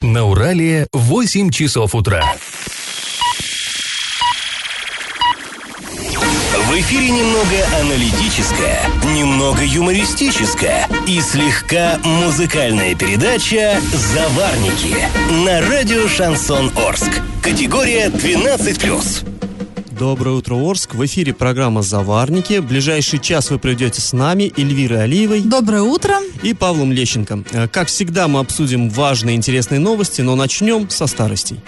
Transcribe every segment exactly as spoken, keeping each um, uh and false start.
На Урале восемь часов утра. В эфире немного аналитическая, немного юмористическая и слегка музыкальная передача «Заварники» на радио «Шансон Орск». Категория двенадцать плюс. Доброе утро, Орск. В эфире программа «Заварники». Ближайший час вы проведете с нами, Эльвирой Алиевой. Доброе утро. И Павлом Лещенко. Как всегда, мы обсудим важные и интересные новости, но начнем со старостей.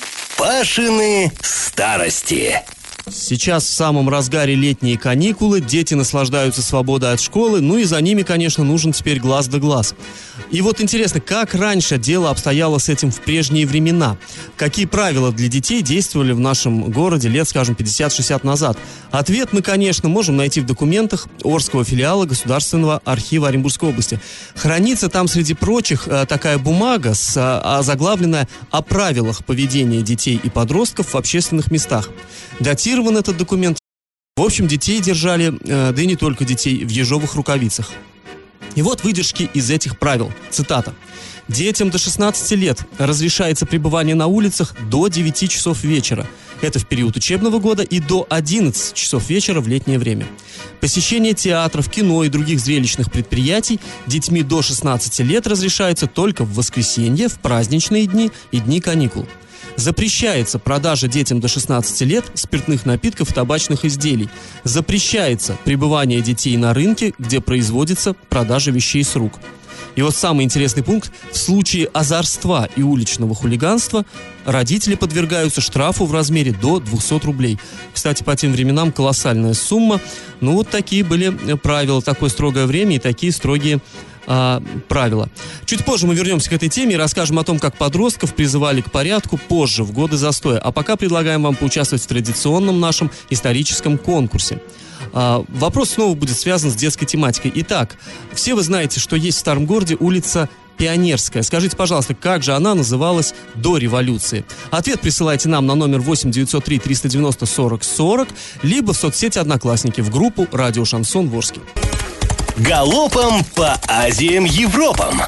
Пашины старости. Сейчас в самом разгаре летние каникулы, дети наслаждаются свободой от школы, ну и за ними, конечно, нужен теперь глаз да глаз. И вот интересно, как раньше дело обстояло с этим в прежние времена? Какие правила для детей действовали в нашем городе лет, скажем, пятьдесят-шестьдесят назад? Ответ мы, конечно, можем найти в документах Орского филиала Государственного архива Оренбургской области. Хранится там, среди прочих, такая бумага, с, озаглавленная «О правилах поведения детей и подростков в общественных местах». Датирован этот документ. В общем, детей держали, да и не только детей, в ежовых рукавицах. И вот выдержки из этих правил. Цитата. «Детям до шестнадцати лет разрешается пребывание на улицах до девяти часов вечера. Это в период учебного года и до одиннадцати часов вечера в летнее время. Посещение театров, кино и других зрелищных предприятий детьми до шестнадцати лет разрешается только в воскресенье, в праздничные дни и дни каникул. Запрещается продажа детям до шестнадцати лет спиртных напитков и табачных изделий. Запрещается пребывание детей на рынке, где производится продажа вещей с рук». И вот самый интересный пункт. В случае озорства и уличного хулиганства родители подвергаются штрафу в размере до двухсот рублей. Кстати, по тем временам колоссальная сумма. Ну вот такие были правила, такое строгое время и такие строгие А, правила. Чуть позже мы вернемся к этой теме и расскажем о том, как подростков призывали к порядку позже, в годы застоя. А пока предлагаем вам поучаствовать в традиционном нашем историческом конкурсе. А, вопрос снова будет связан с детской тематикой. Итак, все вы знаете, что есть в старом городе улица Пионерская. Скажите, пожалуйста, как же она называлась до революции? Ответ присылайте нам на номер восемь девятьсот три триста девяносто сорок сорок, либо в соцсети «Одноклассники» в группу «Радио Шансон в Орске». Галопом по Азиям Европам.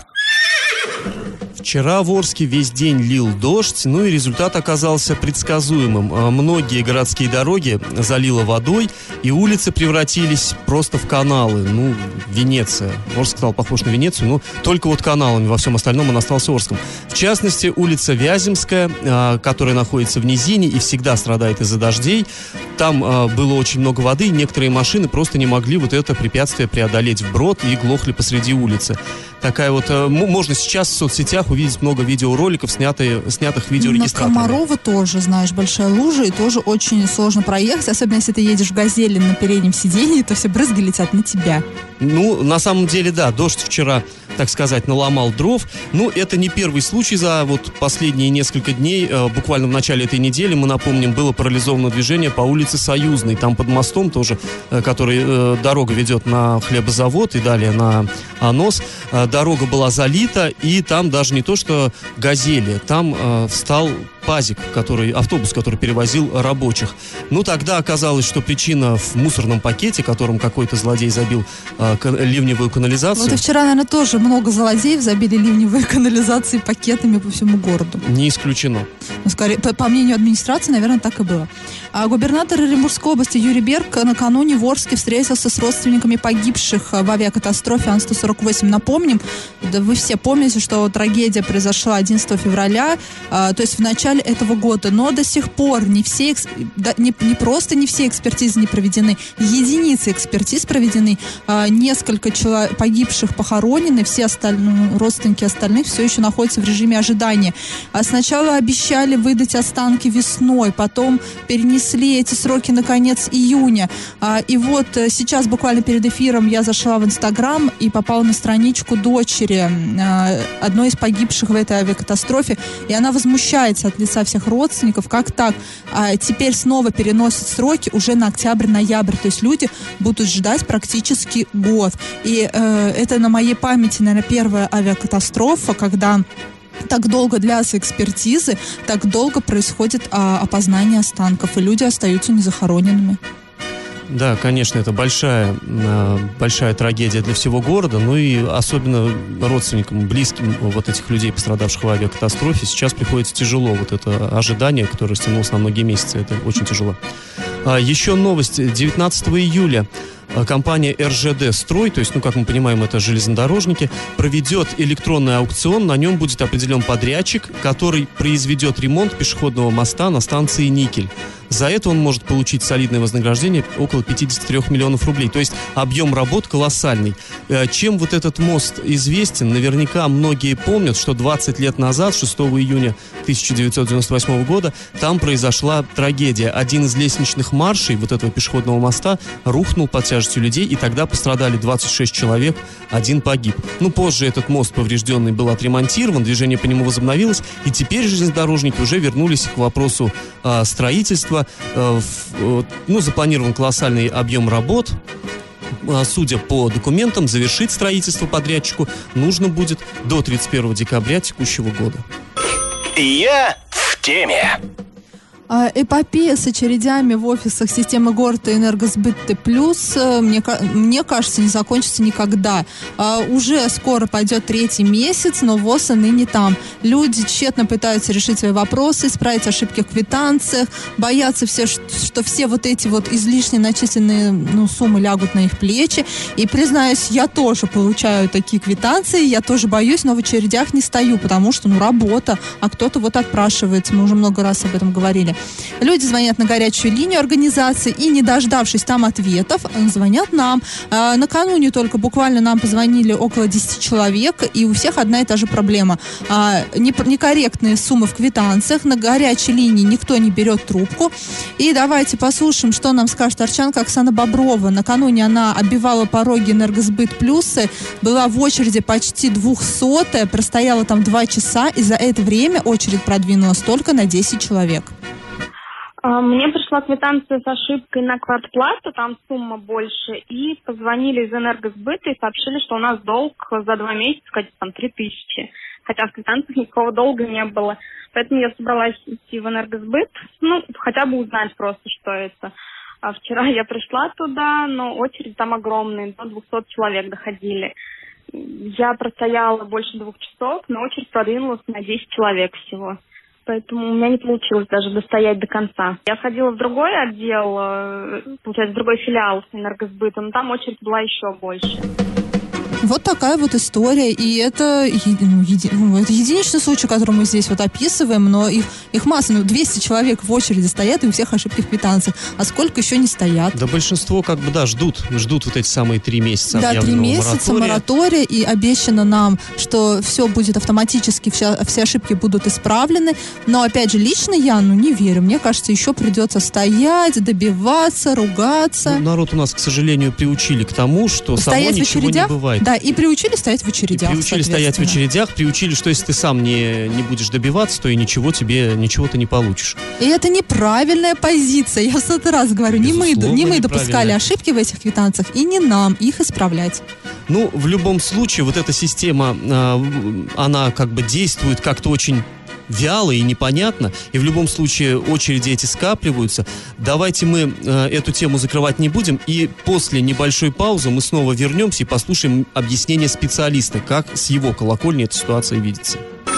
Вчера в Орске весь день лил дождь, ну и результат оказался предсказуемым. Многие городские дороги залило водой, и улицы превратились просто в каналы. Ну, Венеция. Орск стал похож на Венецию, но только вот каналами, во всем остальном он остался Орском. В частности, улица Вяземская, которая находится в низине и всегда страдает из-за дождей. Там было очень много воды, и некоторые машины просто не могли вот это препятствие преодолеть вброд и глохли посреди улицы. Такая вот, можно сейчас в соцсетях увидеть много видеороликов, снятые, снятых видеорегистраторами. На Комарова тоже, знаешь, большая лужа, и тоже очень сложно проехать, особенно если ты едешь в «Газели» на переднем сидении, то все брызги летят на тебя. Ну, на самом деле, да, дождь вчера, так сказать, наломал дров. Ну, это не первый случай за вот последние несколько дней. Буквально в начале этой недели, мы напомним, было парализовано движение по улице Союзной. Там под мостом тоже, который дорога ведет на хлебозавод и далее на Анос. Дорога была залита, и там даже не то, что «Газели», там э, встал пазик, который, автобус, который перевозил рабочих. Ну, тогда оказалось, что причина в мусорном пакете, которым какой-то злодей забил э, кан- ливневую канализацию. Вот и вчера, наверное, тоже много злодеев забили ливневые канализации пакетами по всему городу. Не исключено. Ну, скорее, по, по мнению администрации, наверное, так и было. А губернатор Оренбургской области Юрий Берг накануне в Орске встретился с родственниками погибших в авиакатастрофе Ан сто сорок восемь. Напомним, да вы все помните, что трагедия произошла одиннадцатого февраля, а, то есть в начале этого года, но до сих пор не все, экс... да, не, не просто не все экспертизы не проведены, единицы экспертиз проведены, а, несколько человек погибших похоронены, все остальные, родственники остальных все еще находятся в режиме ожидания. А сначала обещали выдать останки весной, потом перенесли эти сроки на конец июня. А, и вот сейчас буквально перед эфиром я зашла в Инстаграм и попала на страничку дочери а, одной из погибших в этой авиакатастрофе, и она возмущается от лица всех родственников, как так? А теперь снова переносят сроки уже на октябрь-ноябрь, то есть люди будут ждать практически год. И э, это на моей памяти, наверное, первая авиакатастрофа, когда так долго длятся экспертизы, так долго происходит а, опознание останков, и люди остаются незахороненными. Да, конечно, это большая, большая трагедия для всего города, ну и особенно родственникам, близким вот этих людей, пострадавших в авиакатастрофе, сейчас приходится тяжело. Вот это ожидание, которое растянулось на многие месяцы, это очень тяжело. Еще новость. девятнадцатого июля компания эр жэ дэ «Строй», то есть, ну, как мы понимаем, это железнодорожники, проведет электронный аукцион. На нем будет определен подрядчик, который произведет ремонт пешеходного моста на станции Никель. За это он может получить солидное вознаграждение около пятьдесят три миллионов рублей. То есть объем работ колоссальный. Чем вот этот мост известен? Наверняка многие помнят, что двадцать лет назад, шестого июня тысяча девятьсот девяносто восьмого года, там произошла трагедия. Один из лестничных маршей вот этого пешеходного моста рухнул под тяжестью людей, и тогда пострадали двадцать шесть человек, один погиб. Ну, позже этот мост поврежденный был отремонтирован, движение по нему возобновилось, и теперь железнодорожники уже вернулись к вопросу э, строительства. Э, в, э, ну, запланирован колоссальный объем работ. Судя по документам, завершить строительство подрядчику нужно будет до тридцать первого декабря текущего года. Я в теме. Эпопея с очередями в офисах системы город и Энергосбыт Т+, мне, мне кажется, не закончится никогда. А, уже скоро пойдет третий месяц, но ВОС и ныне там. Люди тщетно пытаются решить свои вопросы, исправить ошибки в квитанциях, боятся все, что, что все вот эти вот излишне начисленные ну, суммы лягут на их плечи. И, признаюсь, я тоже получаю такие квитанции, я тоже боюсь, но в очередях не стою, потому что, ну, работа, а кто-то вот отпрашивается, мы уже много раз об этом говорили. Люди звонят на горячую линию организации и, не дождавшись там ответов, звонят нам. А, накануне только буквально нам позвонили около десяти человек, и у всех одна и та же проблема. А, некорректные суммы в квитанциях, на горячей линии никто не берет трубку. И давайте послушаем, что нам скажет арчанка Оксана Боброва. Накануне она оббивала пороги Энергосбыт Плюсы, была в очереди почти двухсотая, простояла там два часа, и за это время очередь продвинулась только на десять человек. Мне пришла квитанция с ошибкой на квартплату, там сумма больше, и позвонили из Энергосбыта и сообщили, что у нас долг за два месяца, какие-то там три тысячи, хотя в квитанциях никакого долга не было. Поэтому я собралась идти в Энергосбыт, ну, хотя бы узнать просто, что это. А вчера я пришла туда, но очередь там огромная, до двухсот человек доходили. Я простояла больше двух часов, но очередь продвинулась на десять человек всего. Поэтому у меня не получилось даже достоять до конца. Я ходила в другой отдел, получается, в другой филиал Энергосбыта, но там очередь была еще больше. Вот такая вот история, и это, ну, еди, ну, это единичный случай, который мы здесь вот описываем, но их, их масса, ну, двести человек в очереди стоят, и у всех ошибки в квитанциях, а сколько еще не стоят? Да большинство, как бы, да, ждут, ждут вот эти самые три месяца да, три месяца моратория. моратория, и обещано нам, что все будет автоматически, все, все ошибки будут исправлены, но, опять же, лично я, ну, не верю, мне кажется, еще придется стоять, добиваться, ругаться. Ну, народ у нас, к сожалению, приучили к тому, что стоять само ничего не бывает. Да, и приучили стоять в очередях. И приучили стоять в очередях, приучили, что если ты сам не, не будешь добиваться, то и ничего тебе, ничего ты не получишь. И это неправильная позиция. Я в сотый раз говорю, не мы, не мы допускали ошибки в этих квитанциях, и не нам их исправлять. Ну, в любом случае, вот эта система, она как бы действует как-то очень вяло и непонятно, и в любом случае очереди эти скапливаются. Давайте мы э, эту тему закрывать не будем, и после небольшой паузы мы снова вернемся и послушаем объяснение специалиста, как с его колокольни эта ситуация видится.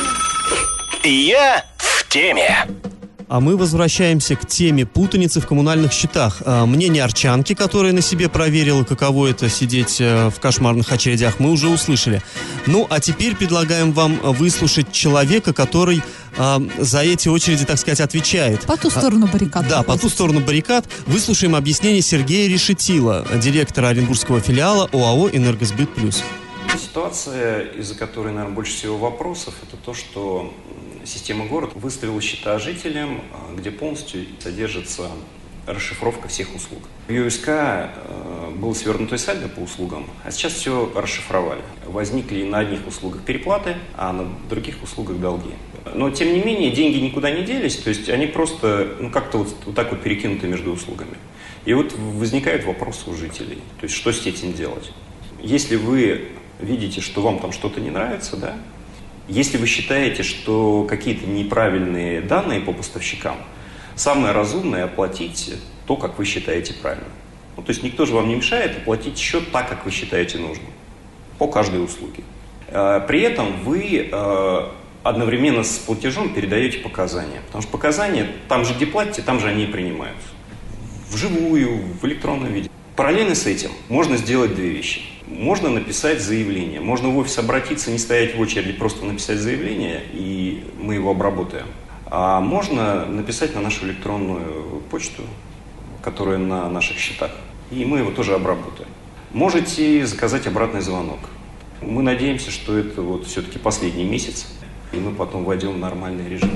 Я в теме. А мы возвращаемся к теме путаницы в коммунальных счетах. Мнение арчанки, которая на себе проверила, каково это сидеть в кошмарных очередях, мы уже услышали. Ну, а теперь предлагаем вам выслушать человека, который э, за эти очереди, так сказать, отвечает. По ту сторону баррикад. Да, по ту сторону баррикад. Выслушаем объяснение Сергея Решетила, директора Оренбургского филиала ОАО «Энергосбыт Плюс». Ситуация, из-за которой, наверное, больше всего вопросов, это то, что система город выставила счета жителям, где полностью содержится расшифровка всех услуг. В ю эс ка было свернутое сальдо по услугам, а сейчас все расшифровали. Возникли на одних услугах переплаты, а на других услугах долги. Но, тем не менее, деньги никуда не делись, то есть они просто ну, как-то вот, вот так вот перекинуты между услугами. И вот возникают вопросы у жителей, то есть что с этим делать. Если вы видите, что вам там что-то не нравится, да, если вы считаете, что какие-то неправильные данные по поставщикам, самое разумное оплатить то, как вы считаете правильно. Ну, то есть никто же вам не мешает оплатить счет так, как вы считаете нужным, по каждой услуге. При этом вы одновременно с платежом передаете показания. Потому что показания, там же где платите, там же они и принимаются. Вживую, в электронном виде. Параллельно с этим можно сделать две вещи. Можно написать заявление. Можно в офис обратиться, не стоять в очереди, просто написать заявление, и мы его обработаем. А можно написать на нашу электронную почту, которая на наших счетах, и мы его тоже обработаем. Можете заказать обратный звонок. Мы надеемся, что это вот все-таки последний месяц, и мы потом войдем в нормальный режим.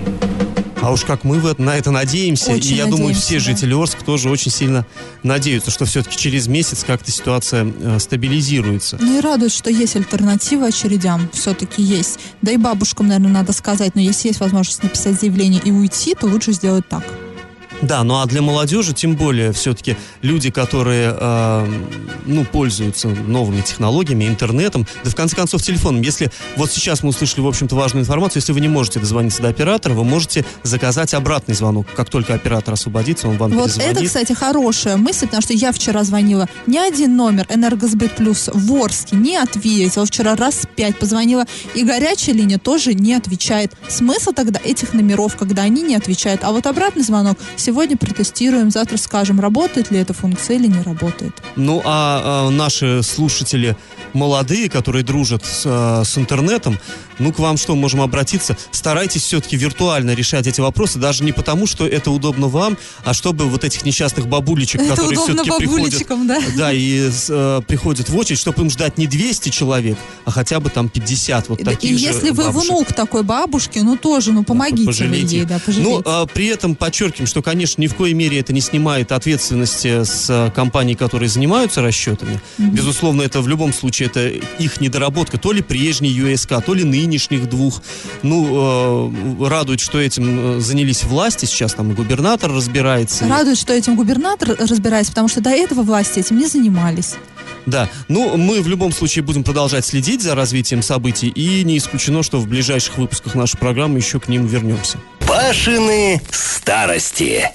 А уж как мы на это надеемся, Очень и я надеемся, думаю, все да. жители Орска тоже очень сильно надеются, что все-таки через месяц как-то ситуация э, стабилизируется. Ну и радует, что есть альтернатива очередям, все-таки есть. Да и бабушкам, наверное, надо сказать, но если есть возможность написать заявление и уйти, то лучше сделать так. Да, ну а для молодежи, тем более, все-таки люди, которые, э, ну, пользуются новыми технологиями, интернетом, да в конце концов телефоном. Если вот сейчас мы услышали, в общем-то, важную информацию, если вы не можете дозвониться до оператора, вы можете заказать обратный звонок. Как только оператор освободится, он вам вот перезвонит. Это, кстати, хорошая мысль, потому что я вчера звонила. Ни один номер Энергосбыт Плюс в Орске не ответил. Вчера раз пять позвонила, и горячая линия тоже не отвечает. Смысл тогда этих номеров, когда они не отвечают. А вот обратный звонок сегодня протестируем, завтра скажем, работает ли эта функция или не работает. Ну, а, а наши слушатели молодые, которые дружат с, а, с интернетом, ну, к вам что, можем обратиться? Старайтесь все-таки виртуально решать эти вопросы, даже не потому, что это удобно вам, а чтобы вот этих несчастных бабулечек, это которые все-таки приходят, да? Да, и а, приходят в очередь, чтобы им ждать не двести человек, а хотя бы там пятьдесят вот и, таких и же если вы бабушек. Внук такой бабушки, ну тоже, ну помогите да, вы ей, да, пожалейте. Ну, а, при этом подчеркиваем, что, конечно, ни в коей мере это не снимает ответственности с компаний, которые занимаются расчетами. Mm-hmm. Безусловно, это в любом случае это их недоработка, то ли прежней ю эс ка, то ли нынешних двух. Ну, э, радует, что этим занялись власти, сейчас там и губернатор разбирается. Радует, что этим губернатор разбирается, потому что до этого власти этим не занимались. Да, ну мы в любом случае будем продолжать следить за развитием событий, и не исключено, что в ближайших выпусках нашей программы еще к ним вернемся. Пашины старости.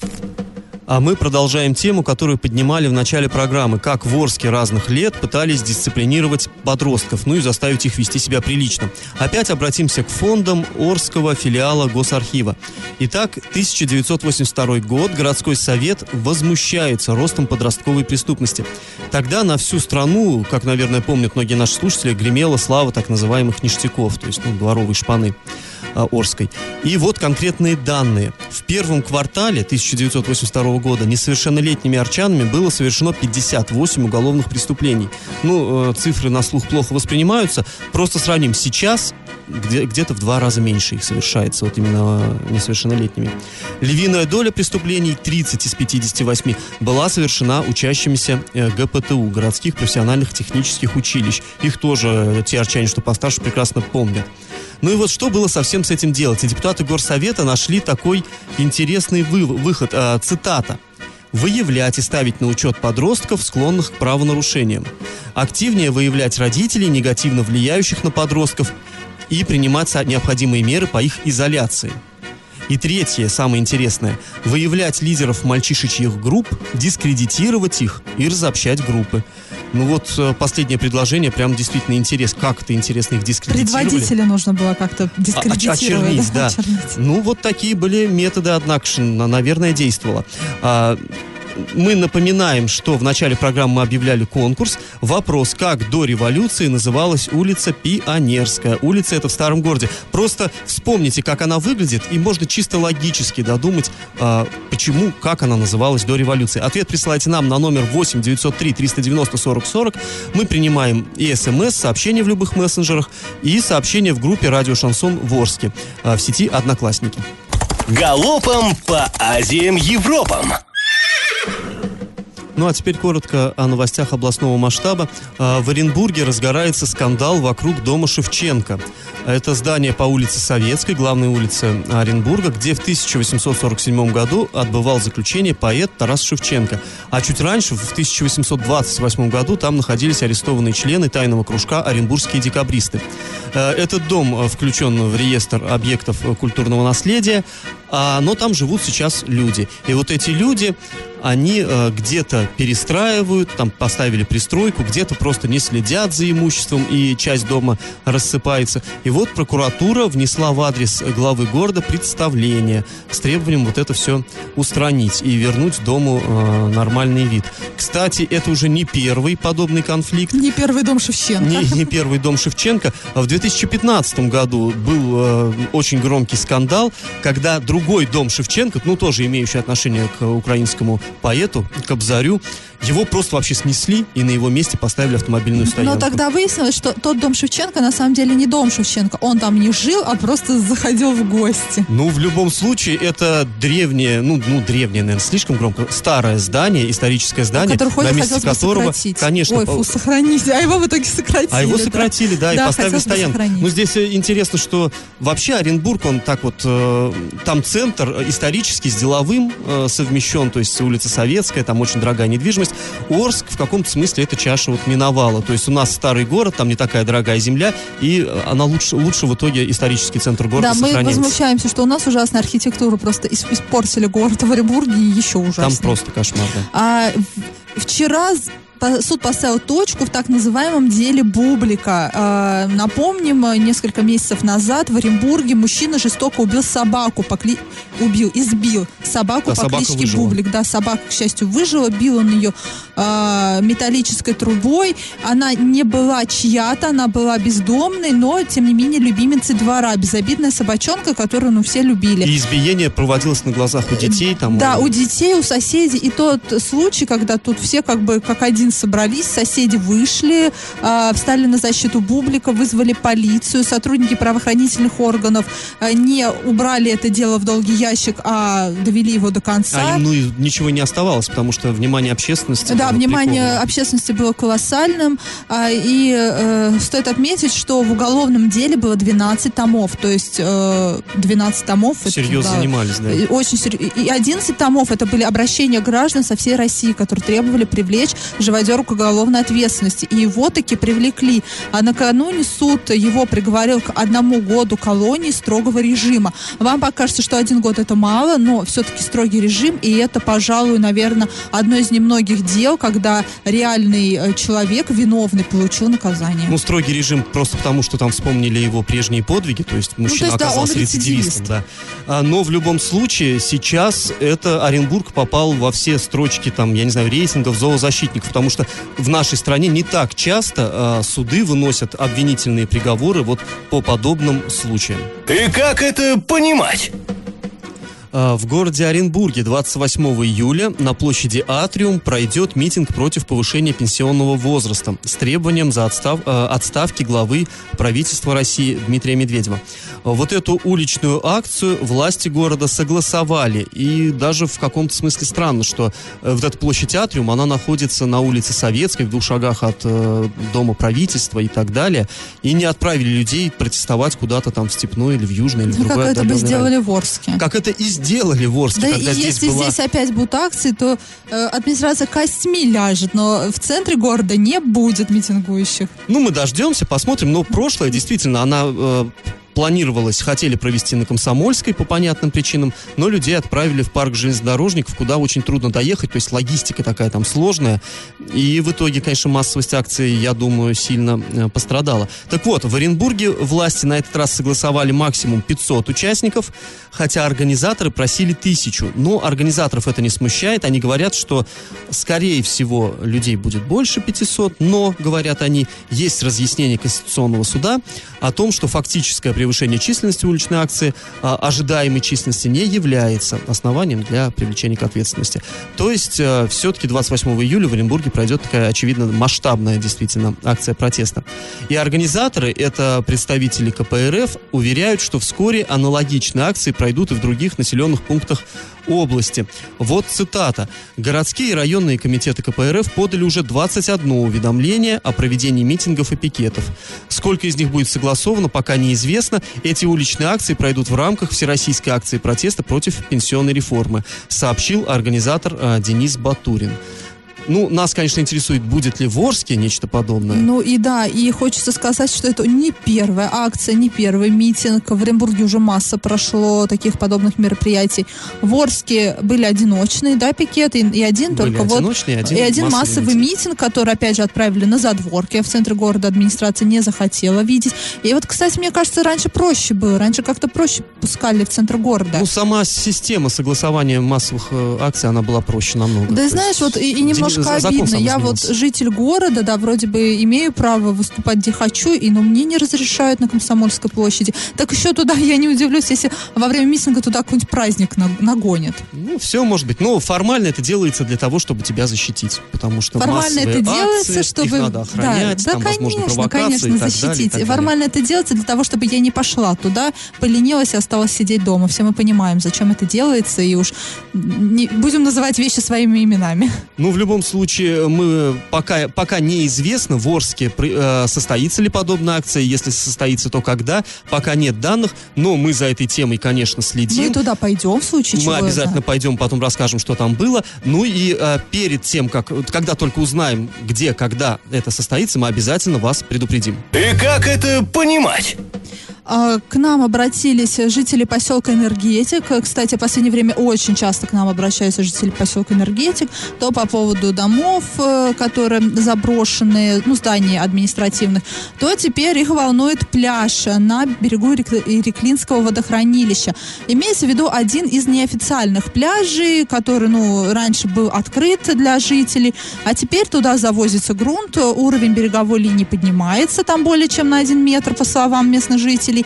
А мы продолжаем тему, которую поднимали в начале программы. Как в Орске разных лет пытались дисциплинировать подростков, ну и заставить их вести себя прилично. Опять обратимся к фондам Орского филиала Госархива. Итак, тысяча девятьсот восемьдесят второй год. Городской совет возмущается ростом подростковой преступности. Тогда на всю страну, как, наверное, помнят многие наши слушатели, гремела слава так называемых ништяков, то есть ну, дворовой шпаны Орской. И вот конкретные данные. В первом квартале тысяча девятьсот восемьдесят второго года несовершеннолетними арчанами было совершено пятьдесят восемь уголовных преступлений. Ну, цифры на слух плохо воспринимаются. Просто сравним. Сейчас где- где-то в два раза меньше их совершается, вот именно несовершеннолетними. Львиная доля преступлений, тридцать из пятидесяти восьми, была совершена учащимися гэ пэ тэ у, городских профессиональных технических училищ. Их тоже те арчане, что постарше, прекрасно помнят. Ну и вот что было совсем с этим делать? И депутаты Горсовета нашли такой интересный вы- выход, э, цитата. «Выявлять и ставить на учет подростков, склонных к правонарушениям. Активнее выявлять родителей, негативно влияющих на подростков, и принимать необходимые меры по их изоляции». И третье, самое интересное, выявлять лидеров мальчишечьих групп, дискредитировать их и разобщать группы. Ну вот последнее предложение прям действительно интересно. Как это интересно их дискредитировали. Предводителя нужно было как-то дискредитировать. Очернить, да. Очернить. Ну вот такие были методы, однако, наверное, действовало. А, мы напоминаем, что в начале программы мы объявляли конкурс. Вопрос, как до революции называлась улица Пионерская. Улица эта в Старом городе. Просто вспомните, как она выглядит, и можно чисто логически додумать, а, почему, как она называлась до революции. Ответ присылайте нам на номер восемь девятьсот три триста девяносто сорок сорок. Мы принимаем и смс, сообщения в любых мессенджерах, и сообщения в группе «Радио Шансон» в Орске, а, в сети «Одноклассники». Галопом по Азиям Европам. Ну а теперь коротко о новостях областного масштаба. В Оренбурге разгорается скандал вокруг дома Шевченко. Это здание по улице Советской, главной улице Оренбурга, где в тысяча восемьсот сорок седьмом году отбывал заключение поэт Тарас Шевченко. А чуть раньше, в тысяча восемьсот двадцать восьмом году, там находились арестованные члены тайного кружка «Оренбургские декабристы». Этот дом включен в реестр объектов культурного наследия, но там живут сейчас люди. И вот эти люди они э, где-то перестраивают, там поставили пристройку, где-то просто не следят за имуществом, и часть дома рассыпается. И вот прокуратура внесла в адрес главы города представление с требованием вот это все устранить и вернуть дому э, нормальный вид. Кстати, это уже не первый подобный конфликт. Не первый дом Шевченко. Не, не первый дом Шевченко. В две тысячи пятнадцатом году был э, очень громкий скандал, когда другой дом Шевченко, ну тоже имеющий отношение к украинскому поэту, Кобзарю, его просто вообще снесли и на его месте поставили автомобильную стоянку. Но тогда выяснилось, что тот дом Шевченко на самом деле не дом Шевченко. Он там не жил, а просто заходил в гости. Ну, в любом случае, это древнее, ну, ну древнее, наверное, слишком громко, старое здание, историческое здание, на месте которого, конечно... Ой, фу, сохранить. А его в итоге сократили. А его сократили, да, да и поставили стоянку. Ну, здесь интересно, что вообще Оренбург, он так вот, э, там центр исторический с деловым э, совмещен, то есть улица Советская, там очень дорогая недвижимость. Орск в каком-то смысле эта чаша вот миновала. То есть у нас старый город, там не такая дорогая земля, и она лучше, лучше в итоге исторический центр города сохраняется. Да, мы возмущаемся, что у нас ужасная архитектура, просто испортили город в Оренбурге, и еще ужаснее. Там просто кошмар, да. А, вчера... Суд поставил точку в так называемом деле Бублика. Э, напомним, несколько месяцев назад в Оренбурге мужчина жестоко убил собаку, по кли... убил, избил собаку да, по кличке выжила. Бублик. Да, собака, к счастью, выжила, бил он ее э, металлической трубой. Она не была чья-то, она была бездомной, но, тем не менее, любимицей двора. Безобидная собачонка, которую, ну, все любили. И избиение проводилось на глазах у детей? Там... Да, у детей, у соседей. И тот случай, когда тут все как бы как один собрались, соседи вышли, э, встали на защиту Бублика, вызвали полицию, сотрудники правоохранительных органов э, не убрали это дело в долгий ящик, а довели его до конца. А им, ну, ничего не оставалось, потому что внимание общественности... Да, внимание приковано. общественности было колоссальным, э, и э, стоит отметить, что в уголовном деле было двенадцать томов, то есть э, двенадцать томов... Серьезно это, да, занимались, да? Очень серьезно. И одиннадцать томов это были обращения граждан со всей России, которые требовали привлечь живодеров к уголовной ответственности. И его таки привлекли. А накануне суд его приговорил к одному году колонии строгого режима. Вам покажется, что один год это мало, но все-таки строгий режим, и это, пожалуй, наверное, одно из немногих дел, когда реальный человек, виновный, получил наказание. Ну, строгий режим просто потому, что там вспомнили его прежние подвиги, то есть мужчина ну, то есть, оказался да, рецидивистом. Да. А, но в любом случае, сейчас это Оренбург попал во все строчки, там, я не знаю, рейтингов зоозащитников, потому что в нашей стране не так часто э, суды выносят обвинительные приговоры вот по подобным случаям. И как это понимать? В городе Оренбурге двадцать восьмого июля на площади Атриум пройдет митинг против повышения пенсионного возраста с требованием за отстав, э, отставки главы правительства России Дмитрия Медведева. Вот эту уличную акцию власти города согласовали. И даже в каком-то смысле странно, что э, вот эта площадь Атриум, она находится на улице Советской, в двух шагах от э, дома правительства и так далее. И не отправили людей протестовать куда-то там в Степной или в Южной или в ну, другой отдаленной. Как это бы сделали район. в Орске. Как это и делали в Орске, да, когда и здесь если была... здесь опять будут акции, то э, администрация костьми ляжет, но в центре города не будет митингующих. Ну, мы дождемся, посмотрим, но прошлое, действительно, она... Э, планировалось, хотели провести на Комсомольской по понятным причинам, но людей отправили в парк железнодорожников, куда очень трудно доехать, то есть логистика такая там сложная, и в итоге, конечно, массовость акции, я думаю, сильно э, пострадала. Так вот, в Оренбурге власти на этот раз согласовали максимум пятьсот участников, хотя организаторы просили тысячу, но организаторов это не смущает, они говорят, что, скорее всего, людей будет больше пятисот, но, говорят они, есть разъяснение Конституционного суда о том, что фактическое превышение численности уличной акции а, ожидаемой численности не является основанием для привлечения к ответственности. То есть а, все-таки двадцать восьмого июля в Оренбурге пройдет такая, очевидно, масштабная действительно акция протеста. И организаторы, это представители ка пэ эр эф, уверяют, что вскоре аналогичные акции пройдут и в других населенных пунктах области. Вот цитата. Городские и районные комитеты ка пэ эр эф подали уже двадцать одно уведомление о проведении митингов и пикетов. Сколько из них будет согласовано, пока неизвестно. Эти уличные акции пройдут в рамках всероссийской акции протеста против пенсионной реформы, сообщил организатор э, Денис Батурин. Ну, нас, конечно, интересует, будет ли в Орске нечто подобное. Ну и да, и хочется сказать, что это не первая акция, не первый митинг. В Оренбурге уже масса прошло таких подобных мероприятий. В Орске были одиночные, да, пикеты, и один были только вот... И один, и один массовый, массовый митинг. митинг, который, опять же, отправили на задворки. В центре города администрация не захотела видеть. И вот, кстати, мне кажется, раньше проще было. Раньше как-то проще пускали в центр города. Ну, сама система согласования массовых э, акций, она была проще намного. Да, То знаешь, вот и, и немножко закон обидно. сам Я вот изменился. житель города, да, вроде бы имею право выступать где хочу, и, но мне не разрешают на Комсомольской площади. Так еще туда, я не удивлюсь, если во время митинга туда какой-нибудь праздник на- нагонят. Ну, все может быть. Но формально это делается для того, чтобы тебя защитить. Потому что Формально массовые это делается, акции, чтобы... их надо охранять, да, там, да, возможно, конечно, провокации конечно, и так защитить. далее, и так далее. Формально это делается для того, чтобы я не пошла туда, поленилась и осталась сидеть дома. Все мы понимаем, зачем это делается, и уж не, будем называть вещи своими именами. Ну, в любом случае, мы пока, пока неизвестно, в Орске э, состоится ли подобная акция, если состоится, то когда, пока нет данных, но мы за этой темой, конечно, следим. Мы туда пойдем в случае чего. Мы обязательно да. пойдем, потом расскажем, что там было. Ну и э, перед тем, как, когда только узнаем, где, когда это состоится, мы обязательно вас предупредим. И как это понимать? К нам обратились жители поселка Энергетик. Кстати, в последнее время очень часто к нам обращаются жители поселка Энергетик. То по поводу домов, которые заброшены, ну, зданий административных, то теперь их волнует пляж на берегу Иреклинского водохранилища. Имеется в виду один из неофициальных пляжей, который, ну, раньше был открыт для жителей, а теперь туда завозится грунт, уровень береговой линии поднимается там более чем на один метр, по словам местных жителей.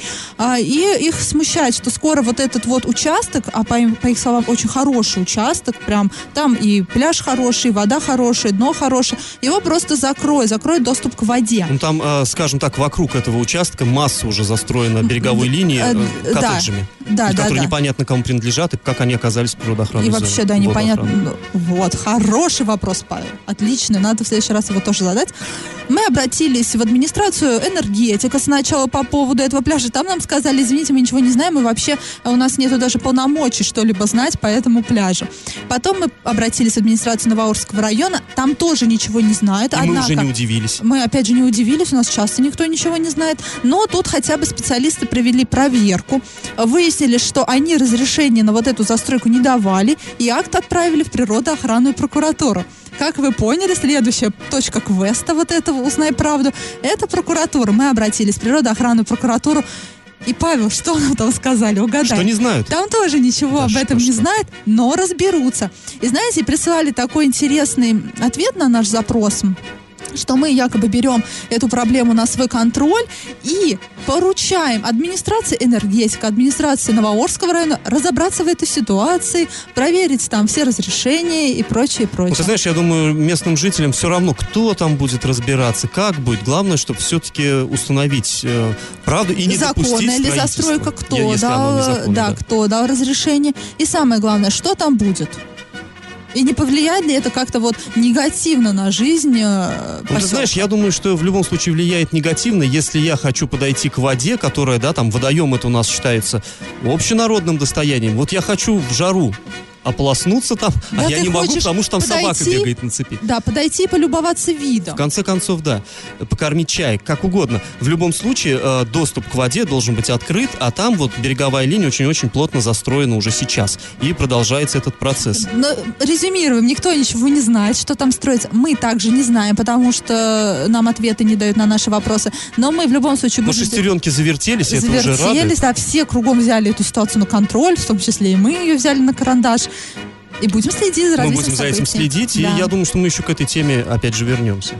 И их смущает, что скоро вот этот вот участок, а по, им, по их словам, очень хороший участок, прям там и пляж хороший, и вода хорошая, дно хорошее, его просто закроют, закроют доступ к воде. Ну, там, э, скажем так, вокруг этого участка масса уже застроена береговой линии э, коттеджами, да, да, которые да, непонятно кому принадлежат и как они оказались в природоохранной и зоне. вообще, да, непонятно. Вот, хороший вопрос, Павел. Отличный, надо в следующий раз его тоже задать. Мы обратились в администрацию Энергетика сначала по поводу этого пляжа. Там нам сказали, извините, мы ничего не знаем, и вообще у нас нету даже полномочий что-либо знать по этому пляжу. Потом мы обратились в администрацию Новоорского района, там тоже ничего не знают. И Однако, мы уже не удивились. Мы, опять же, не удивились, у нас часто никто ничего не знает. Но тут хотя бы специалисты провели проверку, выяснили, что они разрешение на вот эту застройку не давали, и акт отправили в природоохранную прокуратуру. Как вы поняли, следующая точка квеста вот этого «Узнай правду» — это прокуратура. Мы обратились в природоохранную прокуратуру. И, Павел, что нам там сказали? Угадай. Что не знают? Там тоже ничего Да об что, этом не что? знают, но разберутся. И знаете, прислали такой интересный ответ на наш запрос, что мы якобы берем эту проблему на свой контроль и поручаем администрации Энергетика, администрации Новоорского района разобраться в этой ситуации, проверить там все разрешения и прочее, прочее. Ну, ты знаешь, я думаю, местным жителям все равно, кто там будет разбираться, как будет. Главное, чтобы все-таки установить э, правду и не допустить законная ли строительства. застройка, кто Если оно дал, незаконно, да, да. кто дал разрешение. И самое главное, что там будет. И не повлияет ли это как-то вот негативно на жизнь э, Ну, ты поселка? знаешь, я думаю, что в любом случае влияет негативно, если я хочу подойти к воде, которая, да, там, водоем это у нас считается общенародным достоянием. Вот я хочу в жару ополоснуться там, Да, а я ты не могу, хочешь потому что там собака подойти, бегает на цепи. Да, подойти и полюбоваться видом. В конце концов, да, покормить чай, как угодно. В любом случае, э, доступ к воде должен быть открыт, а там вот береговая линия очень-очень плотно застроена уже сейчас. И продолжается этот процесс. Но резюмируем, никто ничего не знает, что там строится. Мы также не знаем, потому что нам ответы не дают на наши вопросы. Но мы в любом случае Но будем... шестеренки завертелись, и это уже радует. Завертелись, да, все кругом взяли эту ситуацию на контроль, в том числе и мы ее взяли на карандаш. И будем следить за Мы развитием будем за этим событий. следить, Да. и я думаю, что мы еще к этой теме опять же вернемся.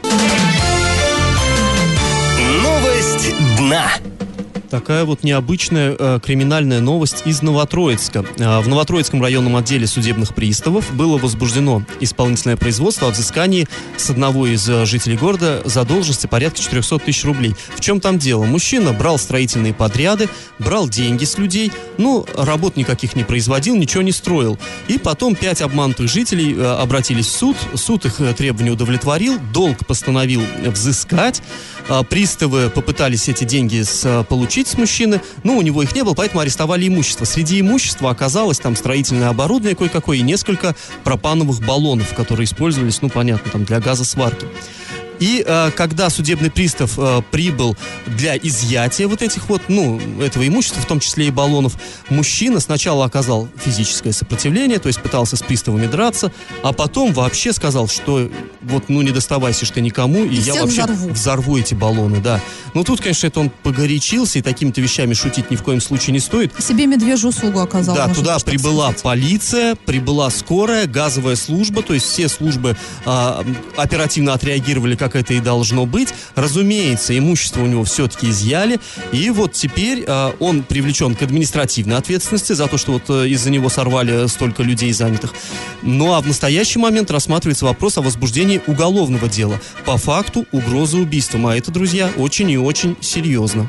Новость дна. Такая вот необычная э, криминальная новость из Новотроицка. Э, в Новотроицком районном отделе судебных приставов было возбуждено исполнительное производство о взыскании с одного из э, жителей города задолженности порядка четыреста тысяч рублей. В чем там дело? Мужчина брал строительные подряды, брал деньги с людей, но работ никаких не производил, ничего не строил. И потом пять обманутых жителей э, обратились в суд, суд их э, требования удовлетворил, долг постановил взыскать. А, приставы попытались эти деньги с, получить с мужчины, но у него их не было, поэтому арестовали имущество. Среди имущества оказалось там строительное оборудование кое-какое и несколько пропановых баллонов, которые использовались, ну, понятно, там для газосварки. И э, когда судебный пристав э, прибыл для изъятия вот этих вот, ну, этого имущества, в том числе и баллонов, мужчина сначала оказал физическое сопротивление, то есть пытался с приставами драться, а потом вообще сказал, что вот, ну, не доставайся ж ты никому, и, и я вообще взорву. взорву эти баллоны, да. Но тут, конечно, это он погорячился, и такими-то вещами шутить ни в коем случае не стоит. Себе медвежью услугу оказал. Да, туда прибыла полиция, прибыла скорая, газовая служба, то есть все службы э, оперативно отреагировали, как это и должно быть. Разумеется, имущество у него все-таки изъяли, и вот теперь э, он привлечен к административной ответственности за то, что вот э, из-за него сорвали столько людей занятых. Ну а в настоящий момент рассматривается вопрос о возбуждении уголовного дела по факту угрозы убийством, а это, друзья, очень и очень серьезно.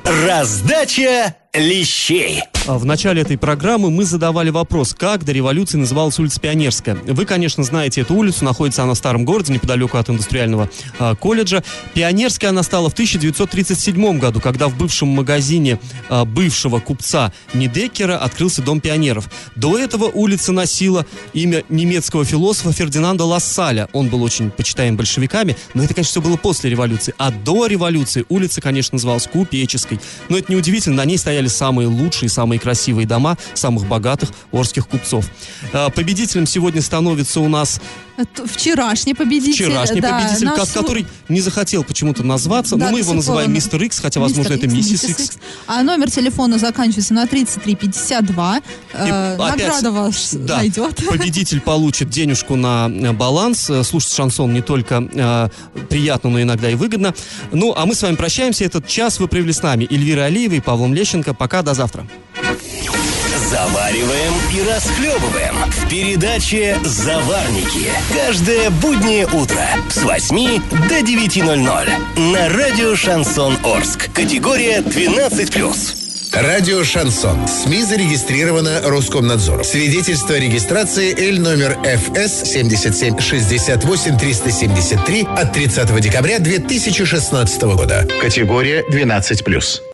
Раздача лещей. В начале этой программы мы задавали вопрос, как до революции называлась улица Пионерская. Вы, конечно, знаете эту улицу, находится она в старом городе, неподалеку от индустриального а, колледжа. Пионерская она стала в тысяча девятьсот тридцать седьмом году, когда в бывшем магазине а, бывшего купца Нидеккера открылся Дом пионеров. До этого улица носила имя немецкого философа Фердинанда Лассаля. Он был очень почитаем большевиками, но это, конечно, все было после революции. А до революции улица, конечно, называлась Купеческой. Но это неудивительно, на ней стояли самые лучшие, самые красивые дома самых богатых орских купцов. Победителем сегодня становится у нас... Вчерашний победитель. Вчерашний да, победитель, наш... который не захотел почему-то назваться, да, но мы его называем Мистер Икс, хотя, возможно, это Миссис Икс. А номер телефона заканчивается на тридцать три пятьдесят два. Э, награда вас да, найдет. Победитель получит денежку на баланс. Слушать шансон не только э, приятно, но иногда и выгодно. Ну, а мы с вами прощаемся. Этот час вы провели с нами Эльвирой Алиевой и Павлом Лещенко. Пока, до завтра. Завариваем и расхлебываем в передаче «Заварники». Каждое буднее утро с восьми до девяти ноль-ноль на радио «Шансон Орск». Категория двенадцать плюс. Радио «Шансон». СМИ зарегистрировано Роскомнадзором. Свидетельство о регистрации Л номер эф эс семь семь шесть восемь три семь три от тридцатого декабря две тысячи шестнадцатого года. Категория двенадцать плюс.